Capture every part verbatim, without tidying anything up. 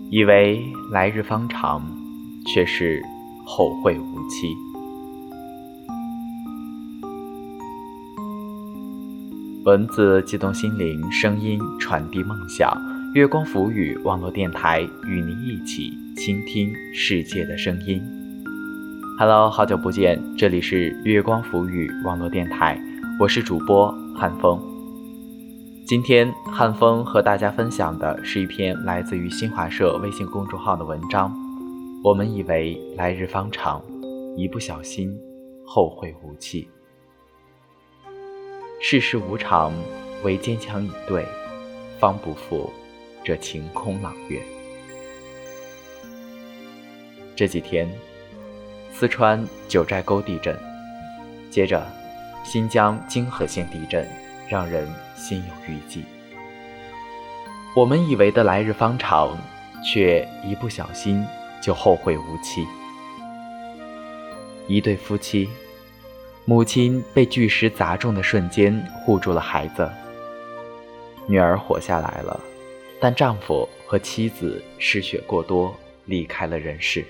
以为来日方长，却是后会无期。文字激动心灵，声音传递梦想。月光浮语网络电台与您一起倾听世界的声音。Hello， 好久不见，这里是月光浮语网络电台，我是主播汉风。今天汉风和大家分享的是一篇来自于新华社微信公众号的文章。我们以为来日方长，一不小心后会无期。世事无常，唯坚强以对，方不负这晴空朗月。这几天四川九寨沟地震，接着新疆金河县地震，让人心有余悸。我们以为的来日方长，却一不小心就后会无期。一对夫妻，母亲被巨石砸中的瞬间护住了孩子，女儿活下来了，但丈夫和妻子失血过多，离开了人世。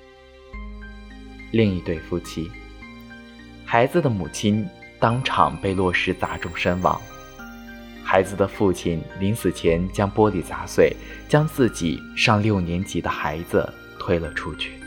另一对夫妻，孩子的母亲当场被落石砸中身亡，孩子的父亲临死前将玻璃砸碎，将自己上六年级的孩子推了出去。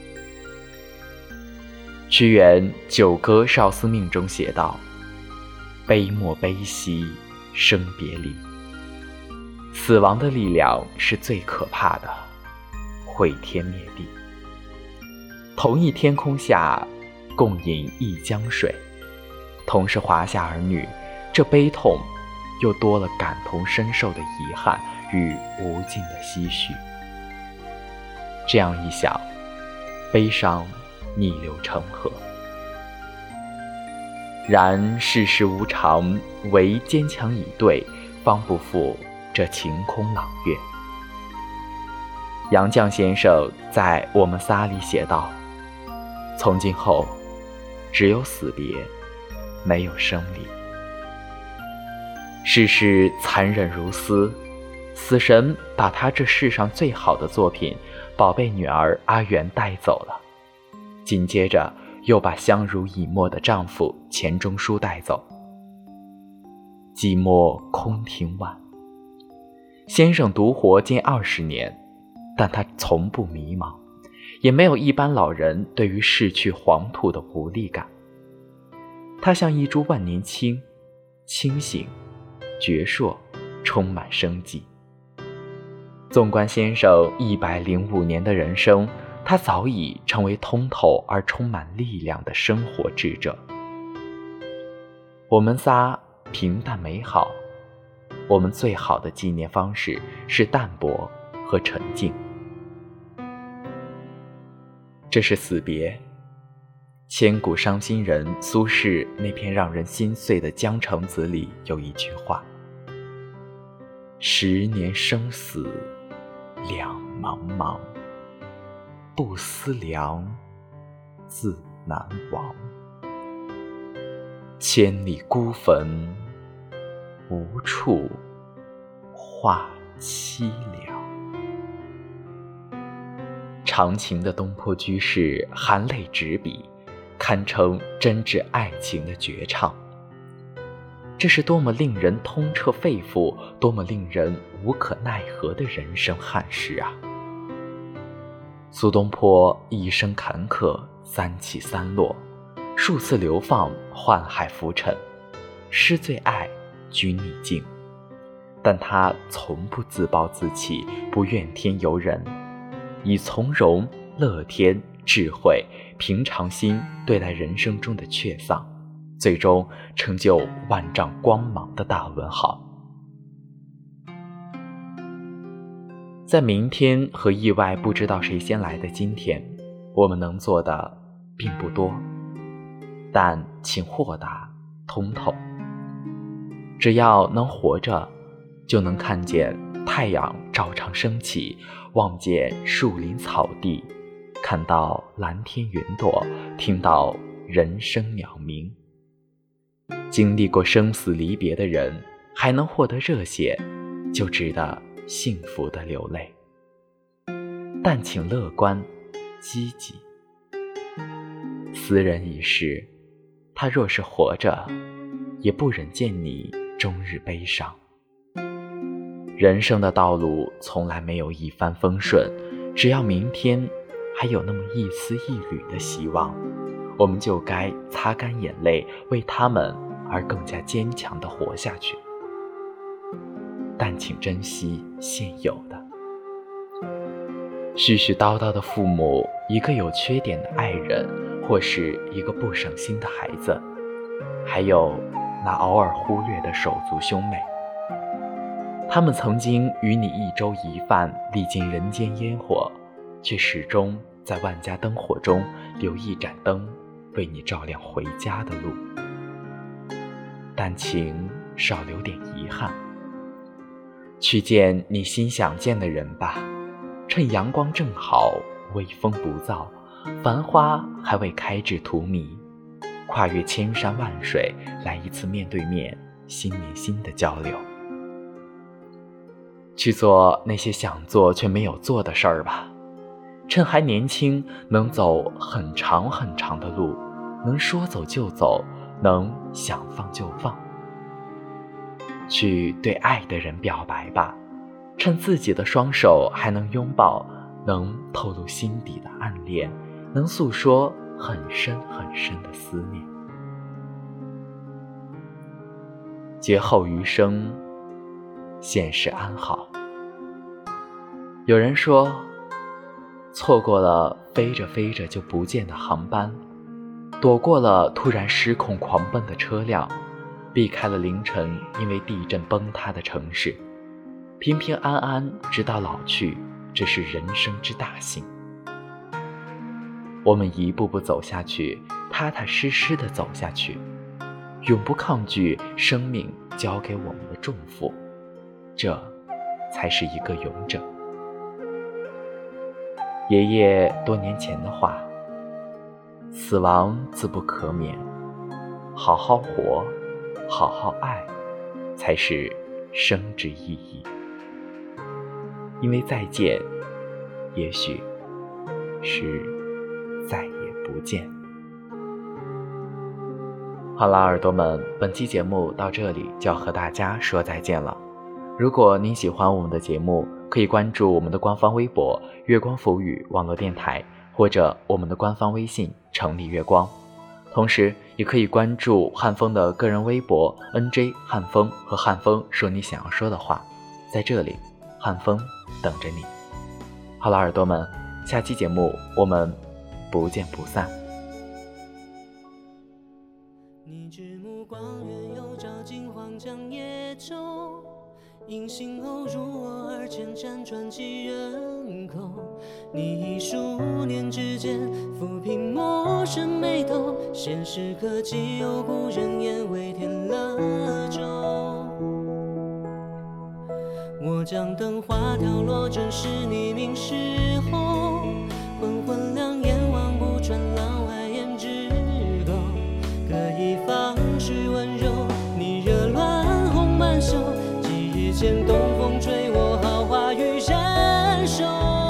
屈原《九歌·少司命》中写道：悲莫悲兮生别离。死亡的力量是最可怕的，毁天灭地。同一天空下，共饮一江水，同是华夏儿女，这悲痛又多了感同身受的遗憾与无尽的唏嘘。这样一想，悲伤逆流成河。然世事无常，唯坚强以对，方不负这晴空朗月。杨绛先生在《我们仨》里写道：从今后只有死别，没有生离。世事残忍如斯，死神把他这世上最好的作品宝贝女儿阿元带走了，紧接着又把相濡以沫的丈夫钱钟书带走。寂寞空庭晚，先生独活近二十年，但他从不迷茫，也没有一般老人对于逝去黄土的无力感。他像一株万年青，清醒、矍铄，充满生机。纵观先生一百零五年的人生，他早已成为通透而充满力量的生活智者。我们仨平淡美好，我们最好的纪念方式是淡泊和沉静。这是死别。千古伤心人苏轼那篇让人心碎的《江城子》里有一句话：十年生死两茫茫，不思量，自难忘。千里孤坟，无处话凄凉。长情的东坡居士含泪执笔，堪称真挚爱情的绝唱。这是多么令人痛彻肺腑，多么令人无可奈何的人生憾事啊！苏东坡一生坎坷，三起三落，数次流放，宦海浮沉，诗最爱，居逆境。但他从不自暴自弃，不怨天尤人，以从容、乐天、智慧、平常心对待人生中的确丧，最终成就万丈光芒的大文豪。在明天和意外不知道谁先来的今天，我们能做的并不多，但请豁达通透。只要能活着，就能看见太阳照常升起，望见树林草地，看到蓝天云朵，听到人声鸟鸣。经历过生死离别的人，还能获得热血，就值得幸福的流泪。 但请乐观积极。斯人已逝，他若是活着，也不忍见你终日悲伤。人生的道路从来没有一帆风顺，只要明天还有那么一丝一缕的希望，我们就该擦干眼泪，为他们而更加坚强地活下去。但请珍惜现有的。絮絮叨叨的父母，一个有缺点的爱人，或是一个不省心的孩子，还有那偶尔忽略的手足兄妹，他们曾经与你一粥一饭，历尽人间烟火，却始终在万家灯火中留一盏灯，为你照亮回家的路。但请少留点遗憾，去见你心想见的人吧。趁阳光正好，微风不燥，繁花还未开至荼蘼，跨越千山万水，来一次面对面心连心的交流。去做那些想做却没有做的事儿吧。趁还年轻，能走很长很长的路，能说走就走，能想放就放。去对爱的人表白吧。趁自己的双手还能拥抱，能透露心底的暗恋，能诉说很深很深的思念。劫后余生，现世安好。有人说，错过了飞着飞着就不见的航班，躲过了突然失控狂奔的车辆，避开了凌晨因为地震崩塌的城市，平平安安直到老去，这是人生之大幸。我们一步步走下去，踏踏实实地走下去，永不抗拒生命交给我们的重负，这才是一个勇者。爷爷多年前的话，死亡自不可免，好好活，好好爱，才是生之意义。因为再见，也许是再也不见。好了，耳朵们，本期节目到这里就要和大家说再见了。如果您喜欢我们的节目，可以关注我们的官方微博月光浮语网络电台，或者我们的官方微信城里月光。同时也可以关注汉风的个人微博 N J 汉风，和汉风说你想要说的话，在这里汉风等着你。好了，耳朵们，下期节目我们不见不散。 你之目光远又照进荒江野中，因心偶入我耳前辗转几人口。你以数年之间抚平陌生眉头，现实可及有故人言为添了舟。我将灯花掉落，正是你明时候，昏昏两眼望不穿廊外胭脂钩，可以放许温柔，你惹乱红满袖，几日前东风吹我豪华与人手。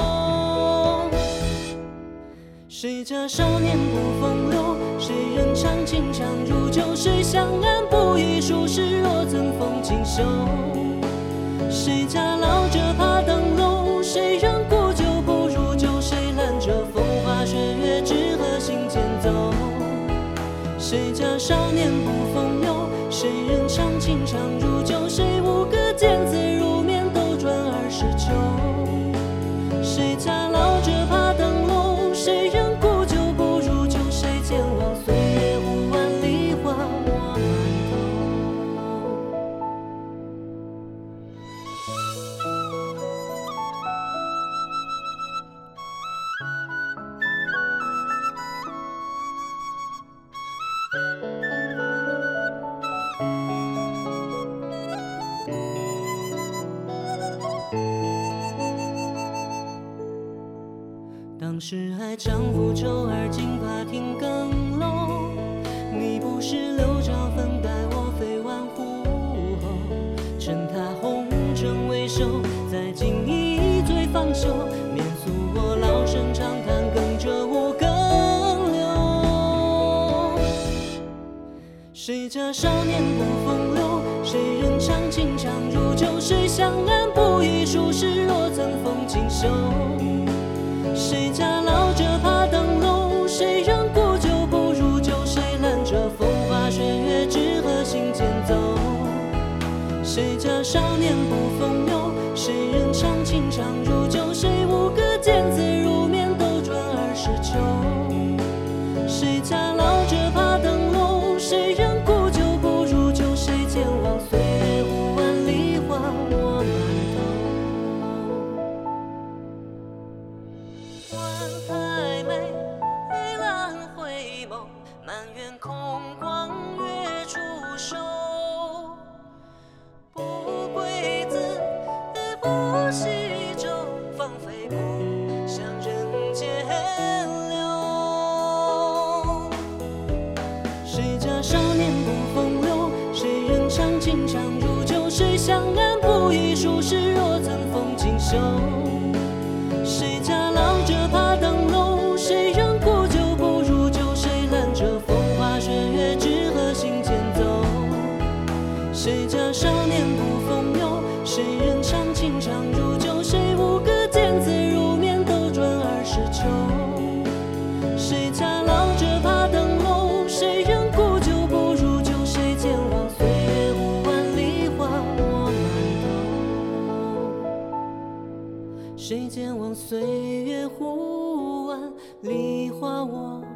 谁家少年不风流，谁人长情长如酒，谁相安不移数十若曾逢锦绣。谁家老者怕灯笼，谁人故旧不如旧，谁揽着风花雪月只和心间走。谁家少年不风流，谁人长情长如酒，谁无个见字如面斗转二十秋。谁家老者怕灯笼，谁人故旧不如旧，谁见望岁月无万里花我满头。当时爱丈夫愁而今怕听更漏，你不是柳兆风待我飞万户后，趁他红尘未收，再敬一醉方休，免诉我谁家少年不风流？谁人长情长如酒？谁相安不疑数十，若曾逢锦绣？谁家老者怕登楼？谁人故旧不如旧？谁揽着风花雪月，只和行间走？谁家少年不风流？谁人长情长如酒？谁无歌见字如面，斗转二十秋？谁家老者怕登楼？谁人故旧不如旧？谁见望岁月忽晚，梨花落满头。晚还没，兰回眸，满园空光月出手。不归子，不系舟，放飞不向人间流。谁家少年不风流？谁人长情长如酒？谁相安不疑数十，若曾逢锦绣？谁家老者怕登楼？谁人故旧不如旧？谁揽着风花雪月，只和行间走？谁家少年不风流？谁人长情长如酒？谁无歌见字如面，斗转二十秋？谁家老者怕登楼？谁人故旧不如旧？谁见望岁月忽晚，梨花落满头？谁见望岁月忽晚，梨花落